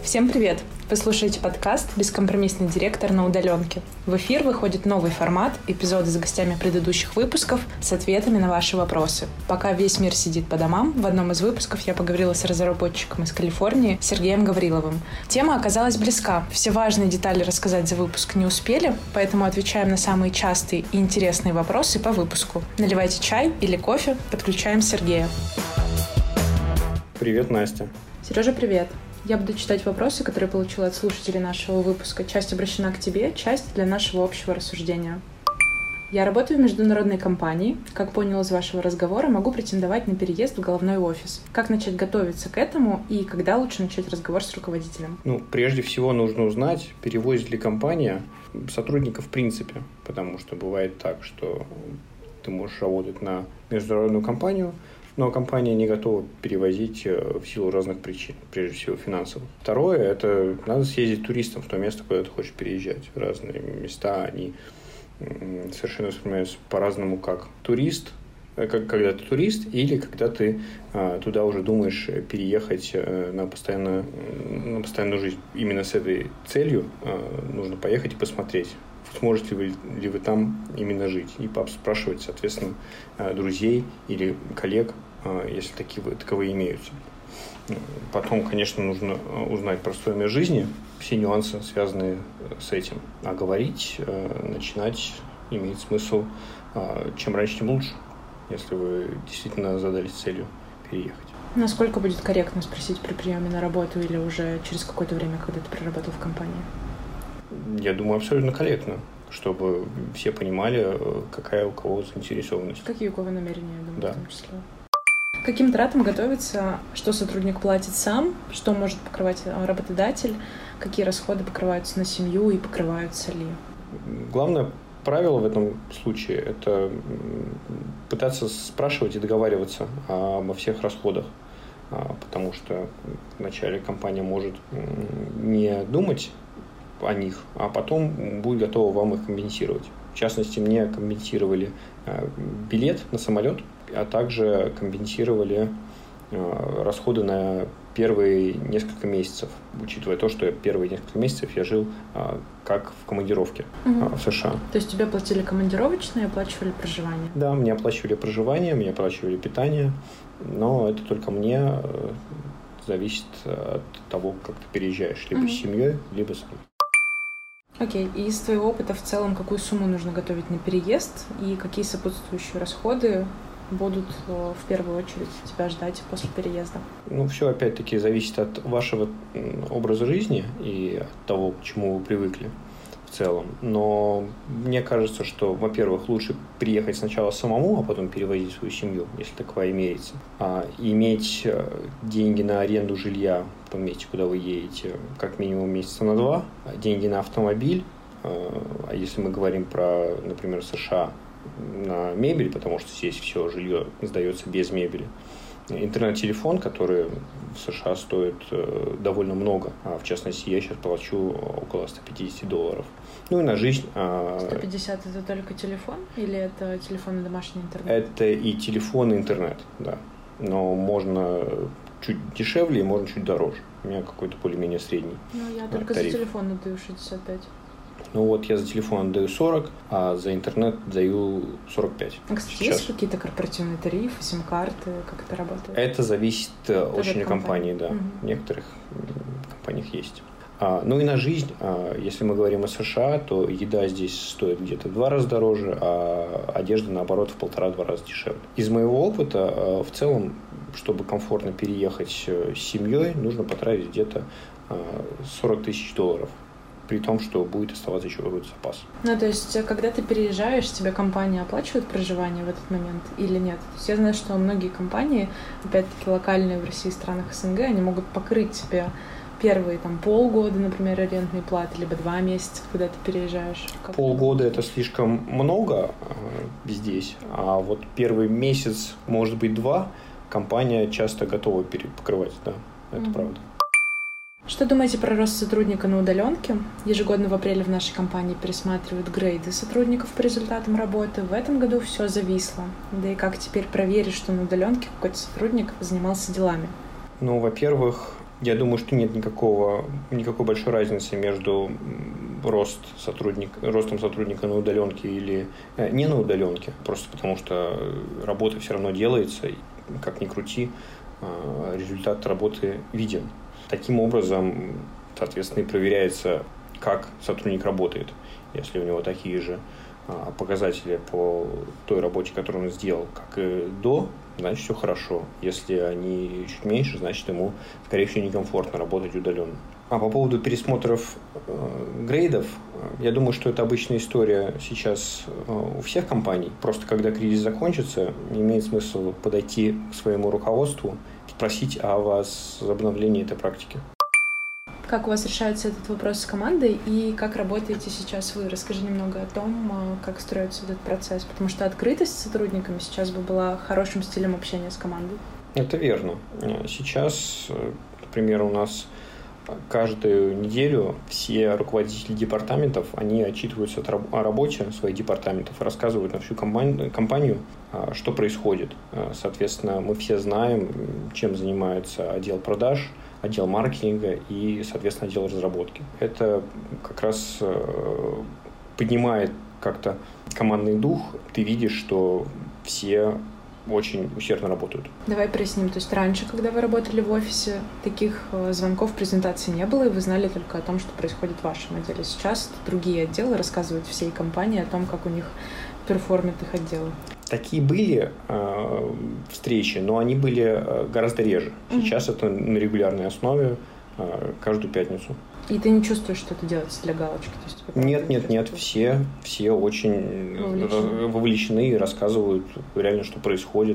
Всем привет! Вы слушаете подкаст «Бескомпромиссный директор на удаленке». В эфир выходит новый формат, эпизоды с гостями предыдущих выпусков с ответами на ваши вопросы. Пока весь мир сидит по домам, в одном из выпусков я поговорила с разработчиком из Калифорнии Сергеем Гавриловым. Тема оказалась близка. Все важные детали рассказать за выпуск не успели, поэтому отвечаем на самые частые и интересные вопросы по выпуску. Наливайте чай или кофе, подключаем Сергея. Привет, Настя. Сережа, привет. Я буду читать вопросы, которые получила от слушателей нашего выпуска. Часть обращена к тебе, часть для нашего общего рассуждения. Я работаю в международной компании. Как понял из вашего разговора, могу претендовать на переезд в головной офис. Как начать готовиться к этому и когда лучше начать разговор с руководителем? Прежде всего нужно узнать, перевозит ли компания сотрудника в принципе. Потому что бывает так, что ты можешь работать на международную компанию, но компания не готова перевозить в силу разных причин, прежде всего финансовых. Второе, это надо съездить туристом в то место, куда ты хочешь переезжать. Разные места, они совершенно воспринимаются по-разному, как турист, когда ты турист, или когда ты туда уже думаешь переехать на постоянную жизнь. Именно с этой целью нужно поехать и посмотреть, сможете ли вы там именно жить, и спрашивать, соответственно, друзей или коллег, если таковые имеются. Потом, конечно, нужно узнать про стоимость жизни, все нюансы, связанные с этим. А говорить, начинать имеет смысл чем раньше, тем лучше, если вы действительно задались целью переехать. Насколько будет корректно спросить при приеме на работу или уже через какое-то время, когда ты проработал в компании? Я думаю, абсолютно корректно, чтобы все понимали, какая у кого заинтересованность. Какие у кого намерения, я думаю, да. В том числе. К каким тратам готовиться, что сотрудник платит сам, что может покрывать работодатель, какие расходы покрываются на семью и покрываются ли? Главное правило в этом случае – это пытаться спрашивать и договариваться обо всех расходах. Потому что вначале компания может не думать о них, а потом будет готова вам их компенсировать. В частности, мне компенсировали билет на самолет, а также компенсировали расходы на первые несколько месяцев, учитывая то, что первые несколько месяцев я жил как в командировке в США. То есть тебе платили командировочные, оплачивали проживание? Да, мне оплачивали проживание, мне оплачивали питание, но это только мне зависит от того, как ты переезжаешь, либо с семьей, либо сам. Окей. И из твоего опыта в целом, какую сумму нужно готовить на переезд и какие сопутствующие расходы будут в первую очередь тебя ждать после переезда? Все опять-таки зависит от вашего образа жизни и от того, к чему вы привыкли в целом. Но мне кажется, что, во-первых, лучше приехать сначала самому, а потом перевозить свою семью, если таковая имеется. Иметь деньги на аренду жилья в том месте, куда вы едете, как минимум месяца на 2, деньги на автомобиль, а если мы говорим про, например, США, на мебель, потому что здесь все жилье сдается без мебели. Интернет-телефон, который в США стоит довольно много. В частности, я сейчас плачу около $150. И на жизнь... 150 это только телефон? Или это телефон и домашний интернет? Это и телефон, и интернет, да. Но можно чуть дешевле и можно чуть дороже. У меня какой-то более-менее средний я только тариф. За телефон отдаю 65. Я за телефон отдаю 40, а за интернет даю 45. А, кстати, сейчас. Есть какие-то корпоративные тарифы, сим-карты? Как это работает? Это зависит очень от компании, да. Угу. В некоторых компаниях есть. И на жизнь, если мы говорим о США, то еда здесь стоит где-то в 2 раза дороже, а одежда, наоборот, в 1,5-2 раза дешевле. Из моего опыта, в целом, чтобы комфортно переехать с семьей, нужно потратить где-то $40 тысяч. При том, что будет оставаться еще какой-то запас. То есть, когда ты переезжаешь, тебе компания оплачивает проживание в этот момент или нет? То есть, я знаю, что многие компании, опять-таки локальные в России и странах СНГ, они могут покрыть тебе первые полгода, например, арендной платы, либо 2 месяца, когда ты переезжаешь. Полгода это слишком много здесь, а вот первый месяц, может быть, 2, компания часто готова покрывать, да, это правда. Что думаете про рост сотрудника на удаленке? Ежегодно в апреле в нашей компании пересматривают грейды сотрудников по результатам работы. В этом году все зависло. Да и как теперь проверить, что на удаленке какой-то сотрудник занимался делами? Во-первых, Я думаю, что нет никакой большой разницы между ростом сотрудника на удаленке или не на удаленке, просто потому что работа все равно делается, и, как ни крути, результат работы виден. Таким образом, соответственно, и проверяется, как сотрудник работает. Если у него такие же показатели по той работе, которую он сделал, как и до, значит, все хорошо. Если они чуть меньше, значит, ему, скорее всего, некомфортно работать удаленно. А по поводу пересмотров грейдов, я думаю, что это обычная история сейчас у всех компаний. Просто когда кризис закончится, имеет смысл подойти к своему руководству, спросить о возобновлении этой практики. Как у вас решается этот вопрос с командой и как работаете сейчас вы? Расскажи немного о том, как строится этот процесс, потому что открытость с сотрудниками сейчас бы была хорошим стилем общения с командой. Это верно. Сейчас, например, у нас каждую неделю все руководители департаментов, они отчитываются о работе своих департаментов, рассказывают на всю компанию, что происходит. Соответственно, мы все знаем, чем занимается отдел продаж, отдел маркетинга и, соответственно, отдел разработки. Это как раз поднимает как-то командный дух. Ты видишь, что все очень усердно работают. Давай проясним. То есть раньше, когда вы работали в офисе, таких звонков, презентаций не было, и вы знали только о том, что происходит в вашем отделе. Сейчас другие отделы рассказывают всей компании о том, как у них перформят их отделы. Такие были встречи, но они были гораздо реже. Сейчас это на регулярной основе каждую пятницу. И ты не чувствуешь, что это делается для галочки? То есть, Нет. Все очень вовлечены и рассказывают реально, что происходит.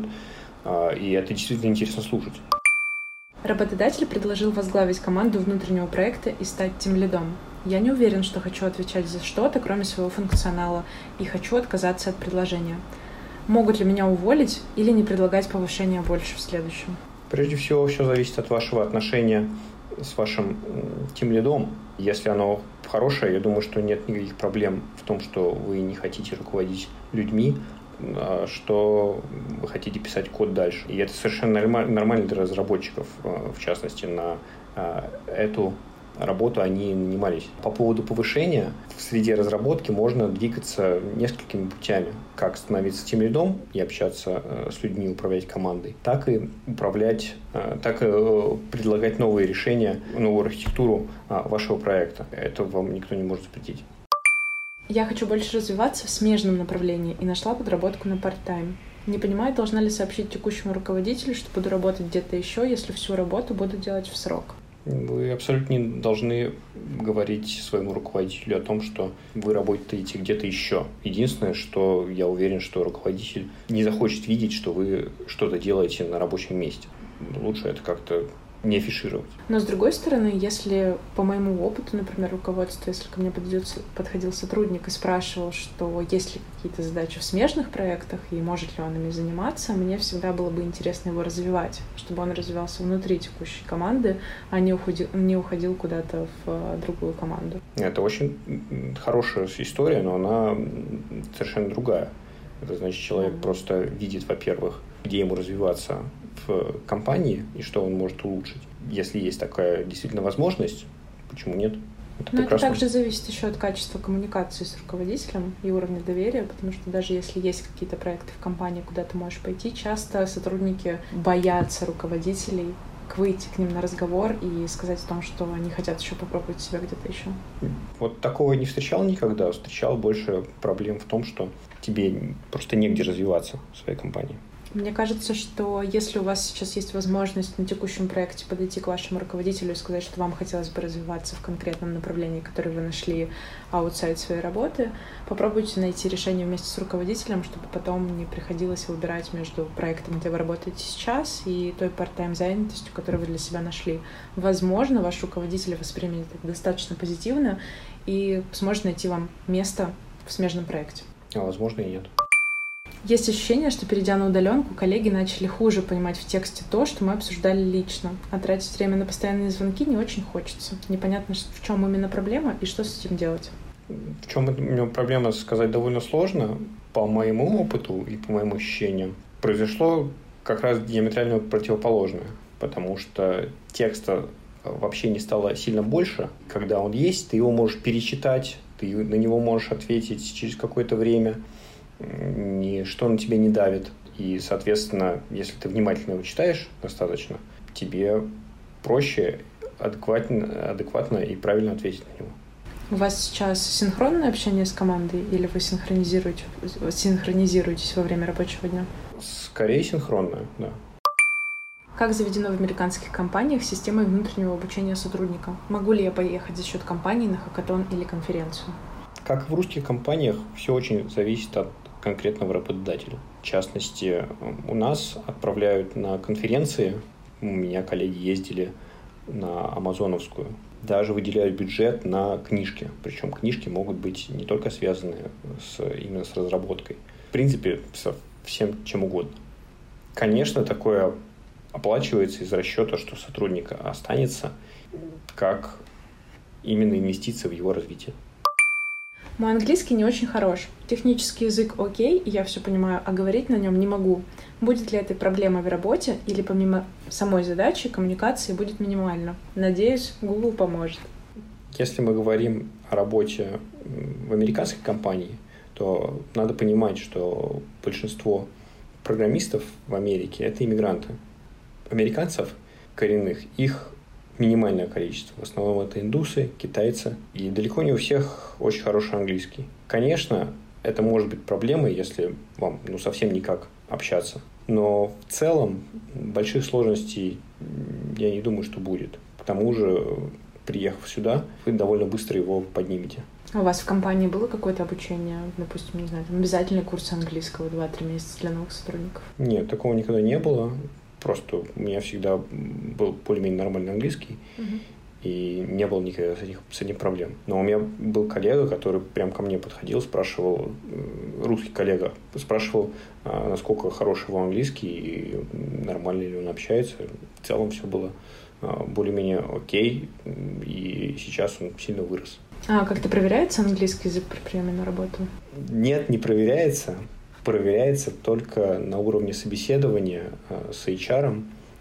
И это действительно интересно слушать. Работодатель предложил возглавить команду внутреннего проекта и стать тимлидом. Я не уверен, что хочу отвечать за что-то, кроме своего функционала, и хочу отказаться от предложения. Могут ли меня уволить или не предлагать повышения больше в следующем? Прежде всего, все зависит от вашего отношения с вашим тимлидом. Если оно хорошее, я думаю, что нет никаких проблем в том, что вы не хотите руководить людьми, что вы хотите писать код дальше. И это совершенно нормально для разработчиков, в частности, на эту работу они нанимались. По поводу повышения, в среде разработки можно двигаться несколькими путями. Как становиться тимлидом и общаться с людьми, управлять командой, так и предлагать новые решения, новую архитектуру вашего проекта. Это вам никто не может запретить. Я хочу больше развиваться в смежном направлении и нашла подработку на парт-тайм. Не понимаю, должна ли сообщить текущему руководителю, что буду работать где-то еще, если всю работу буду делать в срок. Вы абсолютно не должны говорить своему руководителю о том, что вы работаете где-то еще. Единственное, что я уверен, что руководитель не захочет видеть, что вы что-то делаете на рабочем месте. Лучше это как-то не афишировать. Но, с другой стороны, если по моему опыту, например, руководство, если ко мне подходил сотрудник и спрашивал, что есть ли какие-то задачи в смежных проектах и может ли он ими заниматься, мне всегда было бы интересно его развивать, чтобы он развивался внутри текущей команды, а не уходил куда-то в другую команду. Это очень хорошая история, но она совершенно другая. Это значит, человек просто видит, во-первых, где ему развиваться в компании и что он может улучшить. Если есть такая действительно возможность, почему нет? Но это также зависит еще от качества коммуникации с руководителем и уровня доверия, потому что даже если есть какие-то проекты в компании, куда ты можешь пойти, часто сотрудники боятся руководителей выйти к ним на разговор и сказать о том, что они хотят еще попробовать себя где-то еще. Вот такого не встречал никогда. Встречал больше проблем в том, что тебе просто негде развиваться в своей компании. Мне кажется, что если у вас сейчас есть возможность на текущем проекте подойти к вашему руководителю и сказать, что вам хотелось бы развиваться в конкретном направлении, которое вы нашли аутсайд своей работы, попробуйте найти решение вместе с руководителем, чтобы потом не приходилось выбирать между проектом, где вы работаете сейчас, и той part-time занятостью, которую вы для себя нашли. Возможно, ваш руководитель воспримет это достаточно позитивно и сможет найти вам место в смежном проекте. А возможно и нет. Есть ощущение, что, перейдя на удаленку, коллеги начали хуже понимать в тексте то, что мы обсуждали лично. А тратить время на постоянные звонки не очень хочется. Непонятно, в чем именно проблема и что с этим делать. В чем проблема, сказать довольно сложно. По моему опыту и по моим ощущениям произошло как раз диаметрально противоположное. Потому что текста в общении стало сильно больше. Когда он есть, ты его можешь перечитать, ты на него можешь ответить через какое-то время, ничто на тебя не давит. И, соответственно, если ты внимательно его читаешь достаточно, тебе проще адекватно и правильно ответить на него. У вас сейчас синхронное общение с командой или вы синхронизируетесь во время рабочего дня? Скорее синхронное, да. Как заведено в американских компаниях системой внутреннего обучения сотрудника? Могу ли я поехать за счет компании на хакатон или конференцию? Как и в русских компаниях, все очень зависит от конкретного работодателя. В частности, у нас отправляют на конференции, у меня коллеги ездили на Амазоновскую, даже выделяют бюджет на книжки. Причем книжки могут быть не только связаны именно с разработкой. В принципе, со всем чем угодно. Конечно, такое оплачивается из расчета, что сотрудник останется, как именно инвестиция в его развитие. Мой английский не очень хорош. Технический язык окей, я все понимаю, а говорить на нем не могу. Будет ли это проблема в работе или помимо самой задачи коммуникации будет минимально? Надеюсь, Google поможет. Если мы говорим о работе в американской компании, то надо понимать, что большинство программистов в Америке – это иммигранты. Американцев коренных, их минимальное количество. В основном это индусы, китайцы. И далеко не у всех очень хороший английский. Конечно, это может быть проблемой, если вам совсем никак общаться. Но в целом больших сложностей я не думаю, что будет. К тому же, приехав сюда, вы довольно быстро его поднимете. У вас в компании было какое-то обучение, допустим, не знаю, обязательный курс английского 2-3 месяца для новых сотрудников? Нет, такого никогда не было. Просто у меня всегда был более-менее нормальный английский, и не было никогда с этим проблем. Но у меня был коллега, который прям ко мне подходил, спрашивал, русский коллега, спрашивал, насколько хороший его английский, и нормально ли он общается. В целом все было более-менее окей, и сейчас он сильно вырос. А как-то проверяется английский язык при приеме на работу? Нет, не проверяется. Проверяется только на уровне собеседования с HR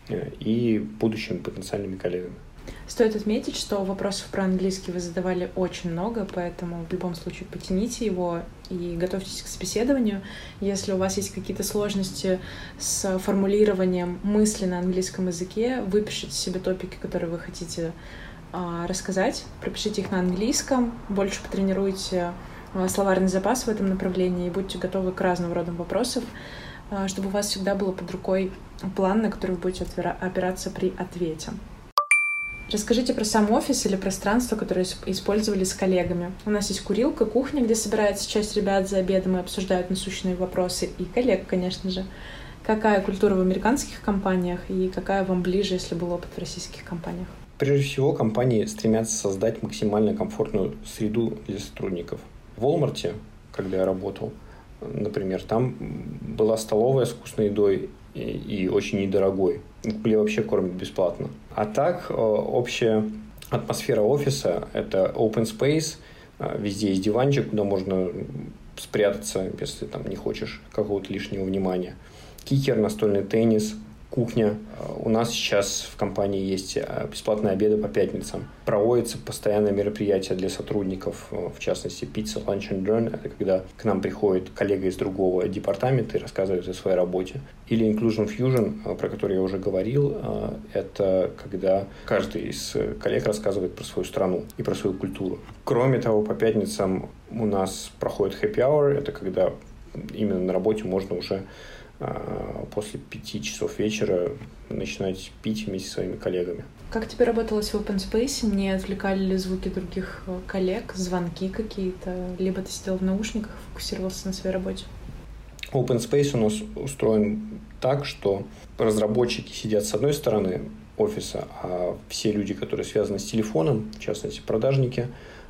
и будущими потенциальными коллегами. Стоит отметить, что вопросов про английский вы задавали очень много, поэтому в любом случае потяните его и готовьтесь к собеседованию. Если у вас есть какие-то сложности с формулированием мысли на английском языке, выпишите себе топики, которые вы хотите рассказать, пропишите их на английском, больше потренируйте словарный запас в этом направлении и будьте готовы к разным родам вопросов, чтобы у вас всегда было под рукой план, на который вы будете опираться при ответе. Расскажите про сам офис или пространство, которое использовали с коллегами. У нас есть курилка, кухня, где собирается часть ребят за обедом и обсуждают насущные вопросы, и коллег, конечно же. Какая культура в американских компаниях и какая вам ближе, если был опыт в российских компаниях? Прежде всего, компании стремятся создать максимально комфортную среду для сотрудников. В Walmart, когда я работал, например, там была столовая с вкусной едой и очень недорогой. Или вообще кормят бесплатно. А так, общая атмосфера офиса – это open space, везде есть диванчик, куда можно спрятаться, если там не хочешь какого-то лишнего внимания. Кикер, настольный теннис, кухня. У нас сейчас в компании есть бесплатные обеды по пятницам. Проводятся постоянные мероприятия для сотрудников, в частности, Pizza, Lunch and Learn. Это когда к нам приходит коллега из другого департамента и рассказывает о своей работе. Или Inclusion Fusion, про который я уже говорил. Это когда каждый из коллег рассказывает про свою страну и про свою культуру. Кроме того, по пятницам у нас проходит happy hour. Это когда именно на работе можно уже после 5 часов вечера начинать пить вместе со своими коллегами. Как тебе работалось в Open Space? Не отвлекали ли звуки других коллег, звонки какие-то? Либо ты сидел в наушниках, фокусировался на своей работе? Open Space у нас устроен так, что разработчики сидят с одной стороны офиса, а все люди, которые связаны с телефоном, в частности, продажники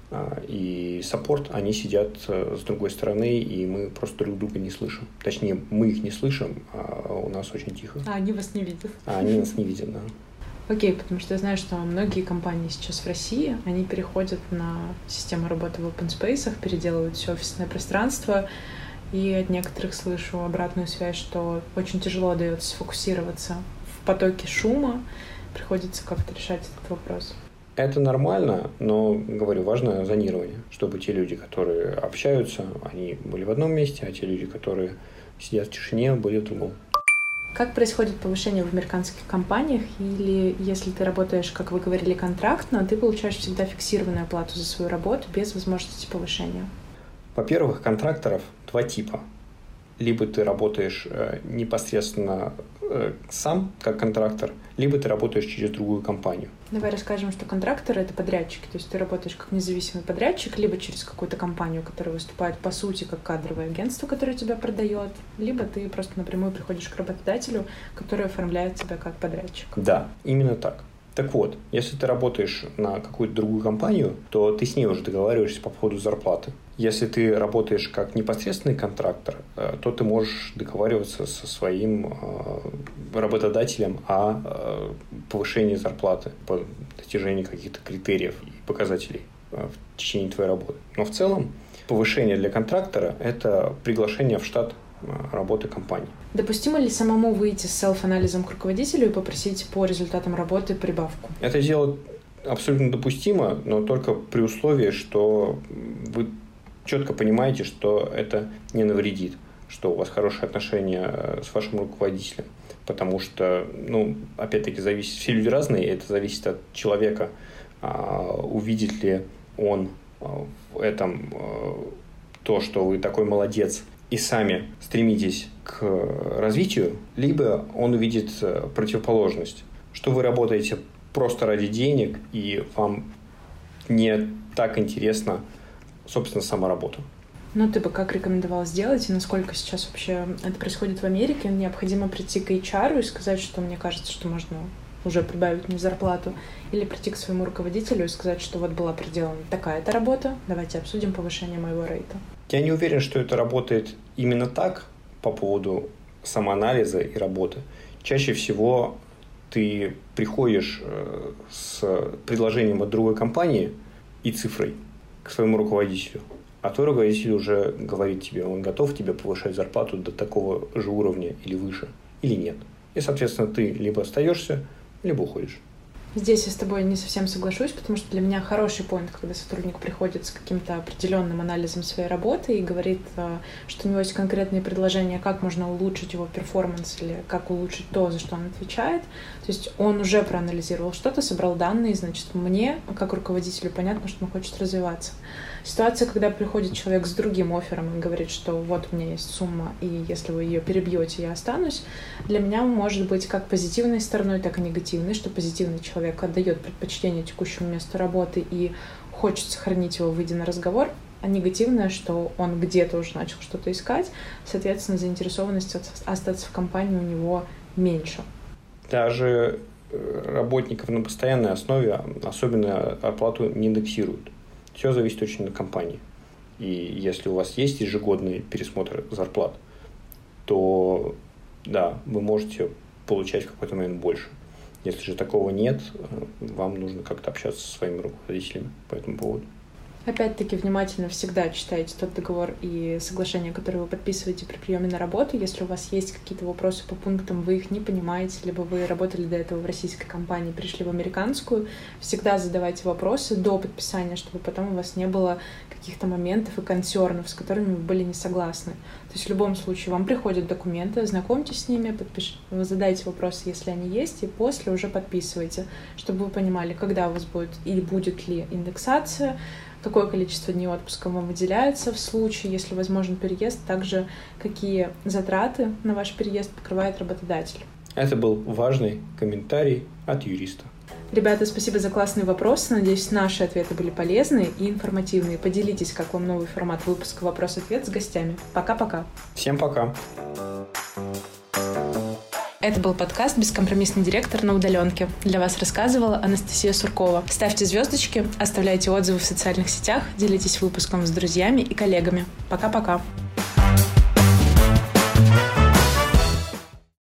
и саппорт, они сидят с другой стороны, и мы просто друг друга не слышим. Точнее, мы их не слышим, а у нас очень тихо. А они вас не видят. А они нас не видят, да. Окей, потому что я знаю, что многие компании сейчас в России, они переходят на систему работы в open space, переделывают все офисное пространство, и от некоторых слышу обратную связь, что очень тяжело дается сфокусироваться в потоке шума, приходится как-то решать этот вопрос? Это нормально, но, говорю, важно зонирование, чтобы те люди, которые общаются, они были в одном месте, а те люди, которые сидят в тишине, были в другом. Как происходит повышение в американских компаниях? Или если ты работаешь, как вы говорили, контрактно, ты получаешь всегда фиксированную оплату за свою работу без возможности повышения? Во-первых, контракторов два типа. Либо ты работаешь непосредственно сам, как контрактор, либо ты работаешь через другую компанию. Давай расскажем, что контракторы — это подрядчики. То есть ты работаешь как независимый подрядчик, либо через какую-то компанию, которая выступает по сути как кадровое агентство, которое тебя продает, либо ты просто напрямую приходишь к работодателю, который оформляет тебя как подрядчик. Да, именно так. Так вот, если ты работаешь на какую-то другую компанию, то ты с ней уже договариваешься по поводу зарплаты. Если ты работаешь как непосредственный контрактор, то ты можешь договариваться со своим работодателем о повышении зарплаты по достижении каких-то критериев и показателей в течение твоей работы. Но в целом повышение для контрактора – это приглашение в штат работы компании. Допустимо ли самому выйти с селф-анализом к руководителю и попросить по результатам работы прибавку? Это дело абсолютно допустимо, но только при условии, что вы четко понимаете, что это не навредит, что у вас хорошие отношения с вашим руководителем. Потому что, опять-таки, зависит, все люди разные, это зависит от человека, увидит ли он в этом то, что вы такой молодец, и сами стремитесь к развитию, либо он увидит противоположность, что вы работаете просто ради денег, и вам не так интересна, собственно, сама работа. Ну, ты бы как рекомендовал сделать, и насколько сейчас вообще это происходит в Америке? Необходимо прийти к HR и сказать, что мне кажется, что можно уже прибавить мне зарплату, или прийти к своему руководителю и сказать, что вот была проделана такая-то работа, давайте обсудим повышение моего рейта. Я не уверен, что это работает именно так по поводу самоанализа и работы. Чаще всего ты приходишь с предложением от другой компании и цифрой к своему руководителю, а твой руководитель уже говорит тебе, он готов тебе повышать зарплату до такого же уровня или выше, или нет. И, соответственно, ты либо остаешься, либо уходишь. Здесь я с тобой не совсем соглашусь, потому что для меня хороший поинт, когда сотрудник приходит с каким-то определенным анализом своей работы и говорит, что у него есть конкретные предложения, как можно улучшить его перформанс или как улучшить то, за что он отвечает. То есть он уже проанализировал что-то, собрал данные, значит, мне, как руководителю, понятно, что он хочет развиваться. Ситуация, когда приходит человек с другим оффером и говорит, что вот у меня есть сумма, и если вы ее перебьете, я останусь, для меня может быть как позитивной стороной, так и негативной, что позитивный человек отдает предпочтение текущему месту работы и хочет сохранить его, выйдя на разговор, а негативное, что он где-то уже начал что-то искать, соответственно, заинтересованность остаться в компании у него меньше. Даже работников на постоянной основе особенно оплату не индексируют. Все зависит очень от компании. И если у вас есть ежегодный пересмотр зарплат, то да, вы можете получать в какой-то момент больше. Если же такого нет, вам нужно как-то общаться со своими руководителями по этому поводу. Опять-таки, внимательно всегда читайте тот договор и соглашение, которое вы подписываете при приеме на работу. Если у вас есть какие-то вопросы по пунктам, вы их не понимаете, либо вы работали до этого в российской компании, пришли в американскую, всегда задавайте вопросы до подписания, чтобы потом у вас не было каких-то моментов и консернов, с которыми вы были не согласны. То есть в любом случае вам приходят документы, ознакомьтесь с ними, задайте вопросы, если они есть, и после уже подписывайте, чтобы вы понимали, когда у вас будет и будет ли индексация, какое количество дней отпуска вам выделяется в случае, если возможен переезд, также какие затраты на ваш переезд покрывает работодатель. Это был важный комментарий от юриста. Ребята, спасибо за классные вопросы. Надеюсь, наши ответы были полезные и информативные. Поделитесь, как вам новый формат выпуска «Вопрос-ответ» с гостями. Пока-пока. Всем пока. Это был подкаст «Бескомпромиссный директор на удаленке». Для вас рассказывала Анастасия Суркова. Ставьте звездочки, оставляйте отзывы в социальных сетях, делитесь выпуском с друзьями и коллегами. Пока-пока.